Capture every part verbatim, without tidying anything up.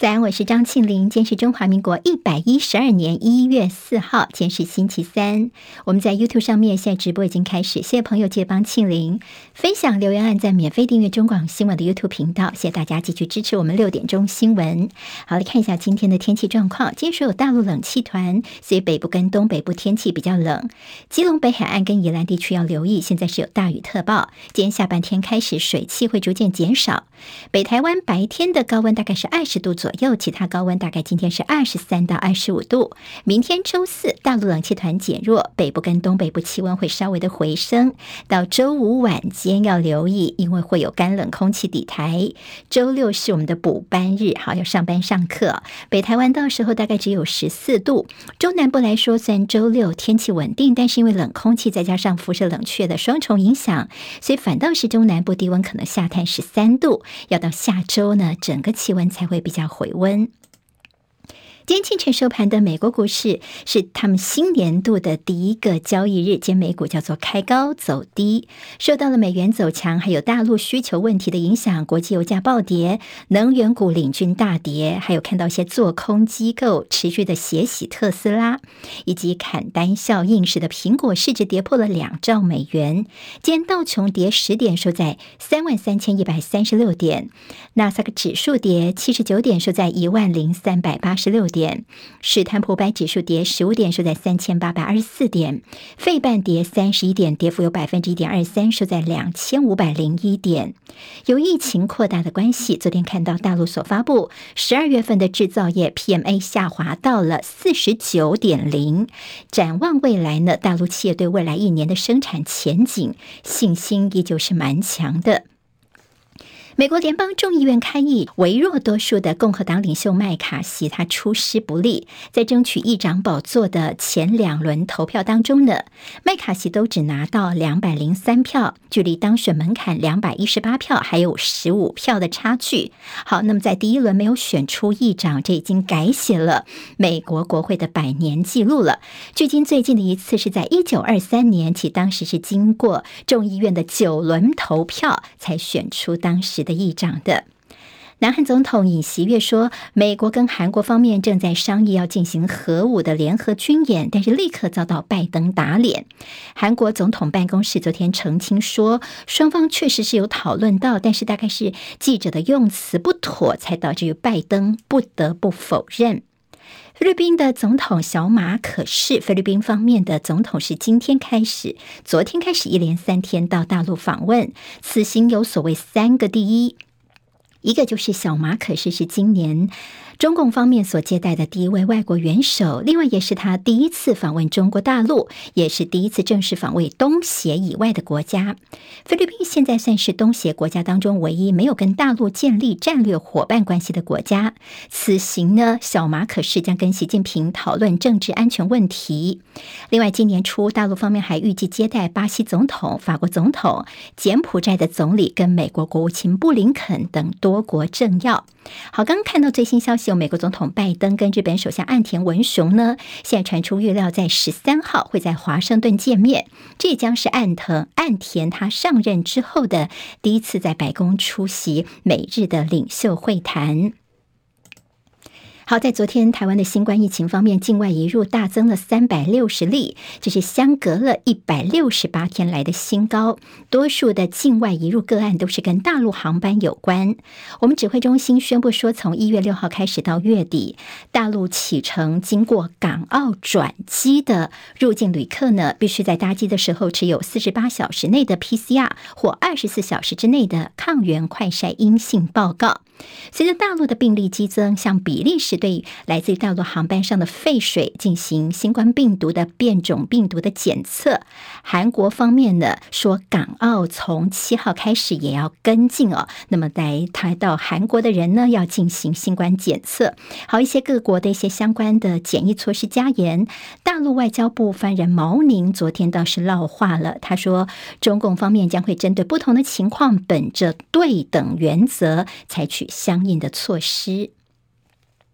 早安，我是张庆玲。今天是中华民国一百一十二年一月四号，今天是星期三。我们在 YouTube 上面现在直播已经开始，谢谢朋友记得帮庆玲分享、留言、按赞、免费订阅中广新闻的 YouTube 频道。谢谢大家继续支持我们六点钟新闻。好，来看一下今天的天气状况。今天是有大陆冷气团，所以北部跟东北部天气比较冷。基隆北海岸跟宜兰地区要留意，现在是有大雨特报。今天下半天开始水汽会逐渐减少。北台湾白天的高温大概是二十度左右，其他高温大概今天是二十三到二十五度。明天周四大陆冷气团减弱，北部跟东北部气温会稍微的回升。到周五晚间要留意，因为会有干冷空气抵台。周六是我们的补班日，好，要上班上课。北台湾到时候大概只有十四度。中南部来说，虽然周六天气稳定，但是因为冷空气再加上辐射冷却的双重影响，所以反倒是中南部低温可能下探十三度。要到下周呢，整个气温才会比较回温。今天清晨收盘的美国股市是他们新年度的第一个交易日，今天美股叫做开高走低，受到了美元走强还有大陆需求问题的影响，国际油价暴跌，能源股领军大跌，还有看到一些做空机构持续的血洗特斯拉，以及砍单效应使得苹果市值跌破了两兆美元。今天道琼跌十点，收在三万三千一百三十六点，纳斯达克指数跌七十九点，收在一万零三百八十六点。史坦普百指数跌十五点，收在三千八百二十四点，费半跌三十一点，跌幅有百分之一点二三，收在两千五百零一点。由疫情扩大的关系，昨天看到大陆所发布十二月份的制造业 P M A 下滑到了四十九点零。展望未来呢，大陆企业对未来一年的生产前景信心依旧是蛮强的。美国联邦众议院开议，微弱多数的共和党领袖麦卡锡他出师不利，在争取议长宝座的前两轮投票当中呢，麦卡锡都只拿到两百零三票，距离当选门槛两百一十八票还有十五票的差距。好，那么在第一轮没有选出议长，这已经改写了美国国会的百年纪录了。距今最近的一次是在一九二三年起，当时是经过众议院的九轮投票才选出当时的议长的。南韩总统尹锡悦说，美国跟韩国方面正在商议要进行核武的联合军演，但是立刻遭到拜登打脸。韩国总统办公室昨天澄清说，双方确实是有讨论到，但是大概是记者的用词不妥，才导致于拜登不得不否认。菲律宾的总统小马可仕，菲律宾方面的总统是今天开始，昨天开始一连三天到大陆访问，此行有所谓三个第一。一个就是小马可仕是今年中共方面所接待的第一位外国元首，另外也是他第一次访问中国大陆，也是第一次正式访问东协以外的国家。菲律宾现在算是东协国家当中唯一没有跟大陆建立战略伙伴关系的国家。此行呢，小马可仕将跟习近平讨论政治安全问题。另外今年初大陆方面还预计接待巴西总统、法国总统、柬埔寨的总理跟美国国务卿布林肯等多国政要。好，刚刚看到最新消息，有美国总统拜登跟日本首相岸田文雄呢，现在传出预料在十三号会在华盛顿见面，这也将是岸田岸田他上任之后的第一次在白宫出席美日的领袖会谈。好，在昨天台湾的新冠疫情方面，境外移入大增了三百六十例，这是相隔了一百六十八天来的新高。多数的境外移入个案都是跟大陆航班有关。我们指挥中心宣布说，从一月六号开始到月底，大陆启程经过港澳转机的入境旅客呢，必须在搭机的时候持有四十八小时内的 P C R 或二十四小时之内的抗原快筛阴性报告。随着大陆的病例激增，像比利时对来自于大陆航班上的废水进行新冠病毒的变种病毒的检测。韩国方面呢说，港澳从七号开始也要跟进哦。那么来台到韩国的人呢，要进行新冠检测。好，一些各国的一些相关的检疫措施加严。大陆外交部发言人毛宁昨天倒是撂话了，他说，中共方面将会针对不同的情况，本着对等原则采取相应的措施。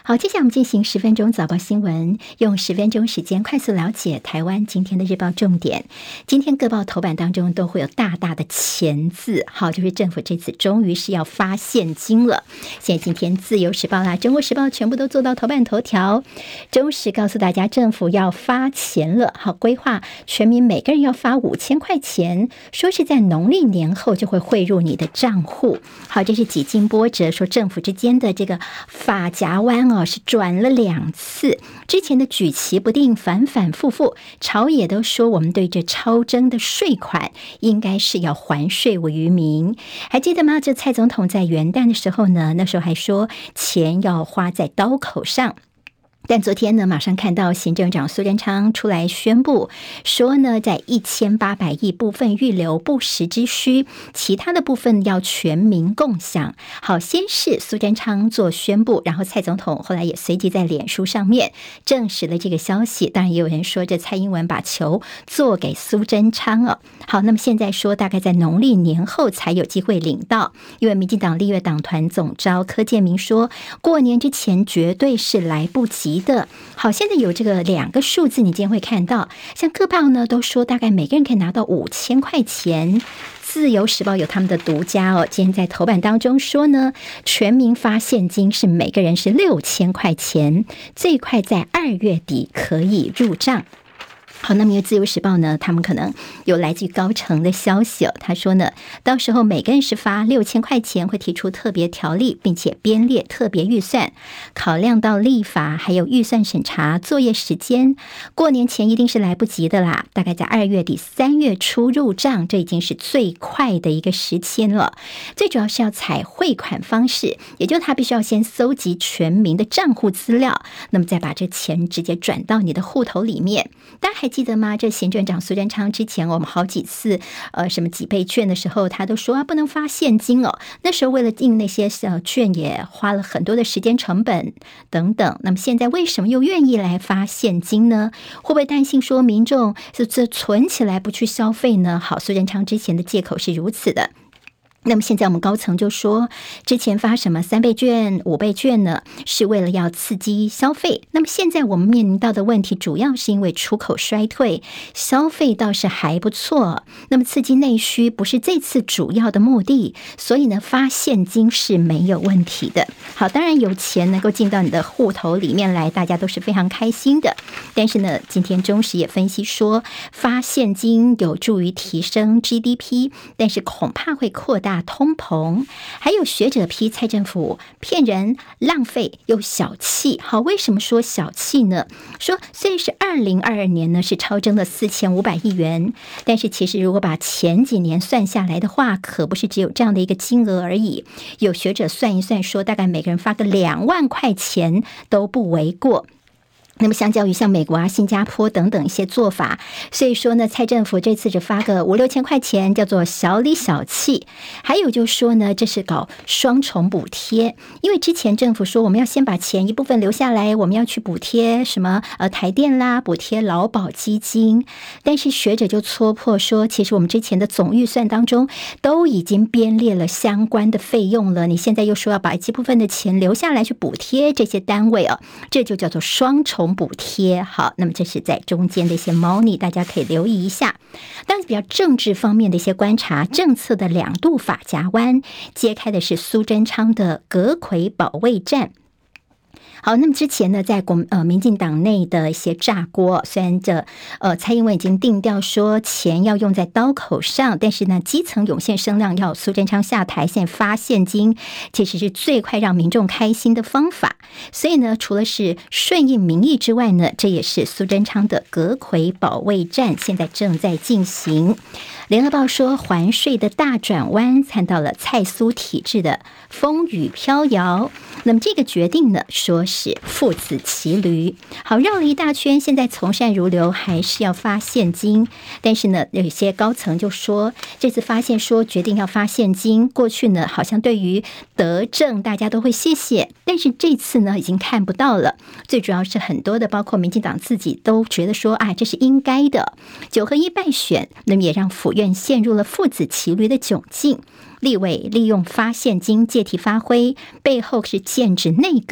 好，接下来我们进行十分钟早报新闻，用十分钟时间快速了解台湾今天的日报重点。今天各报头版当中都会有大大的钱字，好，就是政府这次终于是要发现金了。现在今天自由时报啦、中国时报全部都做到头版头条。中时告诉大家，政府要发钱了，好，规划全民每个人要发五千块钱，说是在农历年后就会汇入你的账户。好，这是几经波折，说政府之间的这个发夹弯哦，是转了两次，之前的举棋不定，反反复复，朝野都说我们对这超征的税款应该是要还税务于民。还记得吗？这蔡总统在元旦的时候呢，那时候还说钱要花在刀口上。但昨天呢，马上看到行政长苏贞昌出来宣布说呢，在一千八百亿部分预留不时之需，其他的部分要全民共享。好，先是苏贞昌做宣布，然后蔡总统后来也随即在脸书上面证实了这个消息。当然也有人说这蔡英文把球做给苏贞昌哦。好，那么现在说大概在农历年后才有机会领到，因为民进党立院党团总召柯建铭说，过年之前绝对是来不及的。好，现在有这个两个数字，你今天会看到，像各报呢都说大概每个人可以拿到五千块钱。自由时报有他们的独家哦，今天在头版当中说呢，全民发现金是每个人是六千块钱，最快在二月底可以入账。好，那么因为自由时报呢，他们可能有来自于高层的消息哦，他说呢，到时候每个人是发六千块钱，会提出特别条例，并且编列特别预算，考量到立法还有预算审查作业时间，过年前一定是来不及的啦，大概在二月底三月初入账，这已经是最快的一个时间了。最主要是要采汇款方式，也就是他必须要先搜集全民的账户资料，那么再把这钱直接转到你的户头里面。大家还记得吗？这行政长苏贞昌之前我们好几次呃什么几倍券的时候，他都说啊不能发现金哦。那时候为了印那些呃券也花了很多的时间成本等等。那么现在为什么又愿意来发现金呢？会不会担心说民众是这存起来不去消费呢？好，苏贞昌之前的借口是如此的。那么现在我们高层就说，之前发什么三倍券、五倍券呢，是为了要刺激消费。那么现在我们面临到的问题，主要是因为出口衰退，消费倒是还不错。那么刺激内需不是这次主要的目的，所以呢，发现金是没有问题的。好，当然有钱能够进到你的户头里面来，大家都是非常开心的。但是呢，今天中时也分析说，发现金有助于提升 G D P， 但是恐怕会扩大通膨。还有学者批蔡政府骗人、浪费又小气。好，为什么说小气呢？说虽然是二零二二年呢是超征了四千五百亿元，但是其实如果把前几年算下来的话，可不是只有这样的一个金额而已。有学者算一算说，大概每个人发个两万块钱都不为过。那么相较于像美国啊、新加坡等等一些做法，所以说呢，蔡政府这次只发个五六千块钱，叫做小里小气。还有就说呢，这是搞双重补贴，因为之前政府说我们要先把钱一部分留下来，我们要去补贴什么呃台电啦，补贴劳保基金。但是学者就戳破说，其实我们之前的总预算当中都已经编列了相关的费用了，你现在又说要把一部分的钱留下来去补贴这些单位啊，这就叫做双重补贴。好，那么这是在中间的一些猫腻，大家可以留意一下。当然比较政治方面的一些观察，政策的两度发夹弯，揭开的是苏贞昌的阁揆保卫战。好，那么之前呢，在国呃民进党内的一些炸锅，虽然这呃蔡英文已经定调说钱要用在刀口上，但是呢，基层涌现声量要苏贞昌下台，现在发现金，其实是最快让民众开心的方法。所以呢，除了是顺应民意之外呢，这也是苏贞昌的阁揆保卫战，现在正在进行。联合报说，还税的大转弯，看到了蔡苏体制的风雨飘摇。那么这个决定呢，说是父子骑驴。好，绕了一大圈，现在从善如流，还是要发现金。但是呢，有些高层就说，这次发现说决定要发现金，过去呢好像对于德政大家都会谢谢，但是这次呢已经看不到了。最主要是很多的，包括民进党自己都觉得说，啊，这是应该的。九合一败选，那么也让府院陷入了父子骑驴的窘境。立委利用发现金借题发挥，背后是剑指内阁改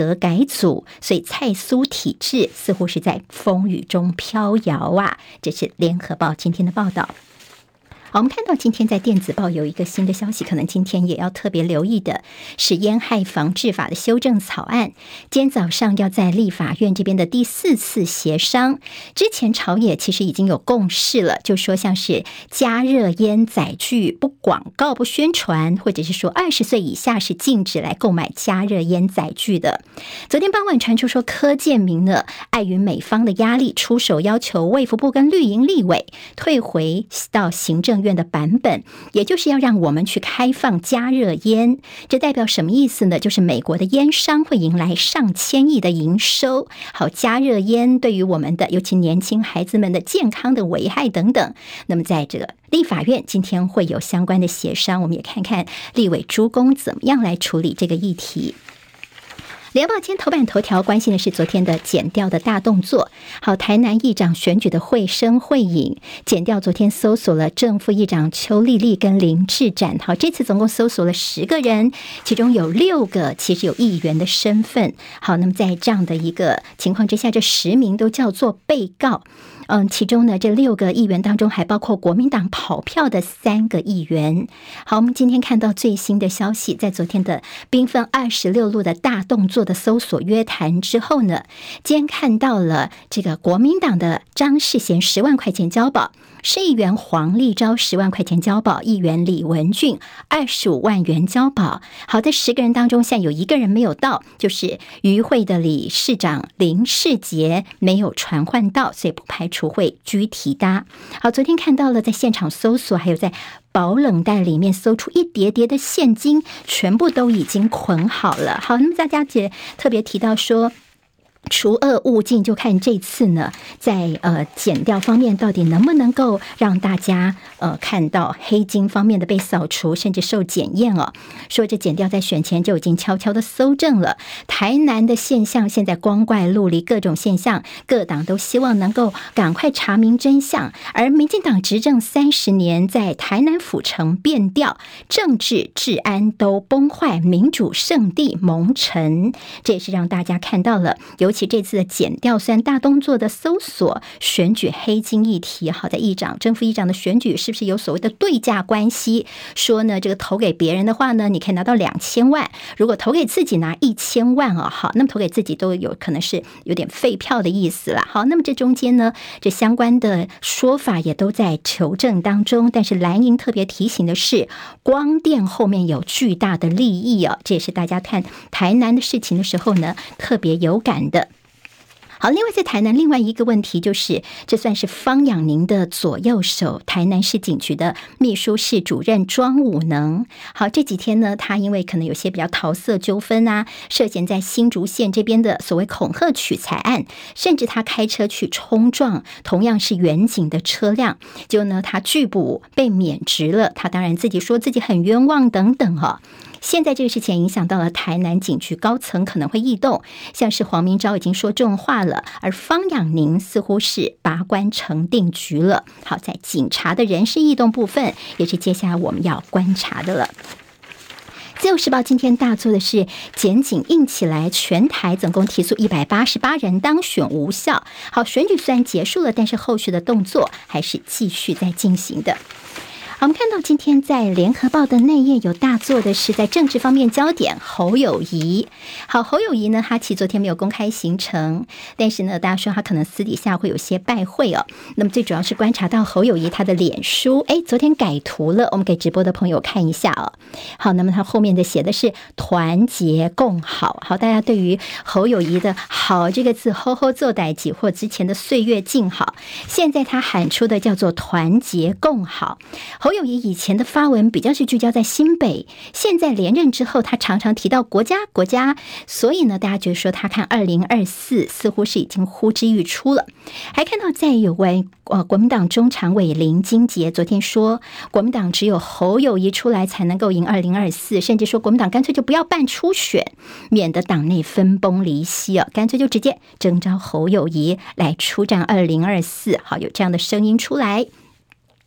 改组，所以蔡苏体制似乎是在风雨中飘摇啊。这是联合报今天的报道。好，我们看到今天在电子报有一个新的消息，可能今天也要特别留意的是烟害防治法的修正草案，今天早上要在立法院这边的第四次协商。之前朝野其实已经有共识了，就说像是加热烟载具不广告不宣传，或者是说二十岁以下是禁止来购买加热烟载具的。昨天傍晚传出说柯建铭呢碍于美方的压力，出手要求卫福部跟绿营立委退回到行政院的版本，也就是要让我们去开放加热烟。这代表什么意思呢？就是美国的烟商会迎来上千亿的营收。好，加热烟对于我们的尤其年轻孩子们的健康的危害等等，那么在这个立法院今天会有相关的协商，我们也看看立委诸公怎么样来处理这个议题。联报今天头版头条关心的是昨天的检调的大动作。好，台南议长选举的会声会影，检调昨天搜索了正副议长邱丽丽跟林志展。好，这次总共搜索了十个人，其中有六个其实有议员的身份。好，那么在这样的一个情况之下，这十名都叫做被告。嗯，其中呢，这六个议员当中还包括国民党跑票的三个议员。好，我们今天看到最新的消息，在昨天的兵分二十六路的大动作的搜索约谈之后呢，今天看到了这个国民党的张世贤十万块钱交保，市议员黄立昭十万块钱交保，议员李文俊二十五万元交保。好，在十个人当中，现在有一个人没有到，就是渔会的理事长林世杰没有传唤到，所以不排除会居提搭。好，昨天看到了在现场搜索，还有在保冷袋里面搜出一叠叠的现金，全部都已经捆好了。好，那么大家姐特别提到说，除恶务尽，就看这次呢，在呃检调方面到底能不能够让大家呃看到黑金方面的被扫除，甚至受检验哦。说这检调在选前就已经悄悄的搜证了，台南的现象现在光怪陆离，各种现象，各党都希望能够赶快查明真相。而民进党执政三十年，在台南府城变调，政治治安都崩坏，民主圣地蒙尘，这也是让大家看到了。尤其这次的检调虽然大动作的搜索选举黑金议题，好，在议长正副议长的选举是不是有所谓的对价关系？说呢，这个投给别人的话呢，你可以拿到两千万，如果投给自己拿一千万哦，好，那么投给自己都有可能是有点废票的意思了。好，那么这中间呢，这相关的说法也都在求证当中，但是蓝营特别提醒的是，光电后面有巨大的利益哦，这也是大家看台南的事情的时候呢，特别有感的。好，另外在台南另外一个问题就是，这算是方养宁的左右手，台南市警局的秘书室主任庄武能。好，这几天呢，他因为可能有些比较桃色纠纷啊，涉嫌在新竹县这边的所谓恐吓取财案，甚至他开车去冲撞同样是远警的车辆，就呢他拒捕被免职了，他当然自己说自己很冤枉等等哦。现在这个事情影响到了台南警局高层可能会异动，像是黄明昭已经说重话了，而方养宁似乎是拔官成定局了。好，在警察的人事异动部分，也是接下来我们要观察的了。自由时报今天大做的是检警硬起来，全台总共提诉一百八十八人当选无效。好，选举虽然结束了，但是后续的动作还是继续在进行的。我们看到今天在联合报的内页有大做的是在政治方面焦点，侯友宜。好，侯友宜呢，他其实昨天没有公开行程，但是呢，大家说他可能私底下会有些拜会哦。那么最主要是观察到侯友宜他的脸书，哎，昨天改图了，我们给直播的朋友看一下哦。好，那么他后面的写的是团结共好。好，大家对于侯友宜的好这个字，吼吼做代志，或之前的岁月静好，现在他喊出的叫做团结共好。侯友宜以前的发文比较是聚焦在新北，现在连任之后，他常常提到国家国家，所以呢，大家觉得说他看二零二四似乎是已经呼之欲出了。还看到在有关呃国民党中常委林金杰昨天说，国民党只有侯友宜出来才能够赢二零二四，甚至说国民党干脆就不要办初选，免得党内分崩离析啊，干脆就直接征召侯友宜来出战二零二四。好，有这样的声音出来。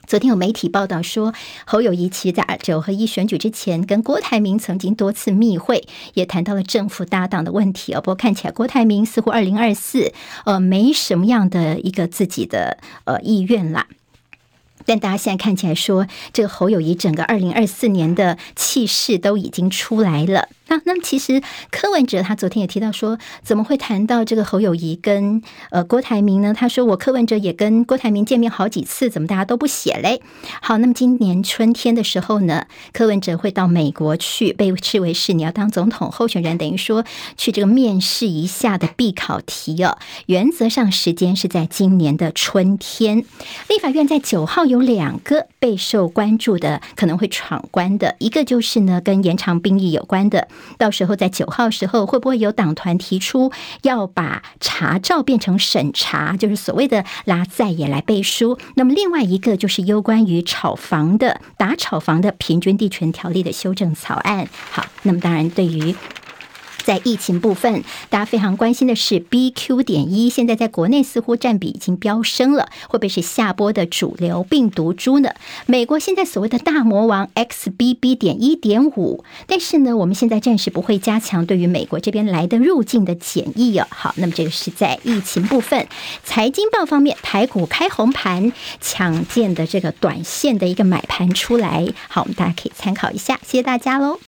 昨天有媒体报道说，侯友宜其实在九合一选举之前跟郭台铭曾经多次密会，也谈到了政府搭档的问题哦。不过看起来郭台铭似乎二零二四呃没什么样的一个自己的呃意愿啦。但大家现在看起来说，这个侯友宜整个二零二四年的气势都已经出来了。那那其实柯文哲他昨天也提到说，怎么会谈到这个侯友宜跟呃郭台铭呢？他说我柯文哲也跟郭台铭见面好几次，怎么大家都不写嘞？好，那么今年春天的时候呢，柯文哲会到美国去，被视为是你要当总统候选人，等于说去这个面试一下的必考题哦。原则上时间是在今年的春天。立法院在九号有两个备受关注的可能会闯关的，一个就是呢跟延长兵役有关的。到时候在九号时候会不会有党团提出要把查照变成审查，就是所谓的拉在野来背书。那么另外一个就是有关于炒房的打炒房的平均地权条例的修正草案。好，那么当然对于在疫情部分，大家非常关心的是 B Q 点一，现在在国内似乎占比已经飙升了，会不会是下波的主流病毒株呢？美国现在所谓的大魔王 X B B 点一点五，但是呢，我们现在暂时不会加强对于美国这边来的入境的检疫哦。好，那么这个是在疫情部分。财经报方面，台股开红盘，抢见的这个短线的一个买盘出来，好，我们大家可以参考一下，谢谢大家喽。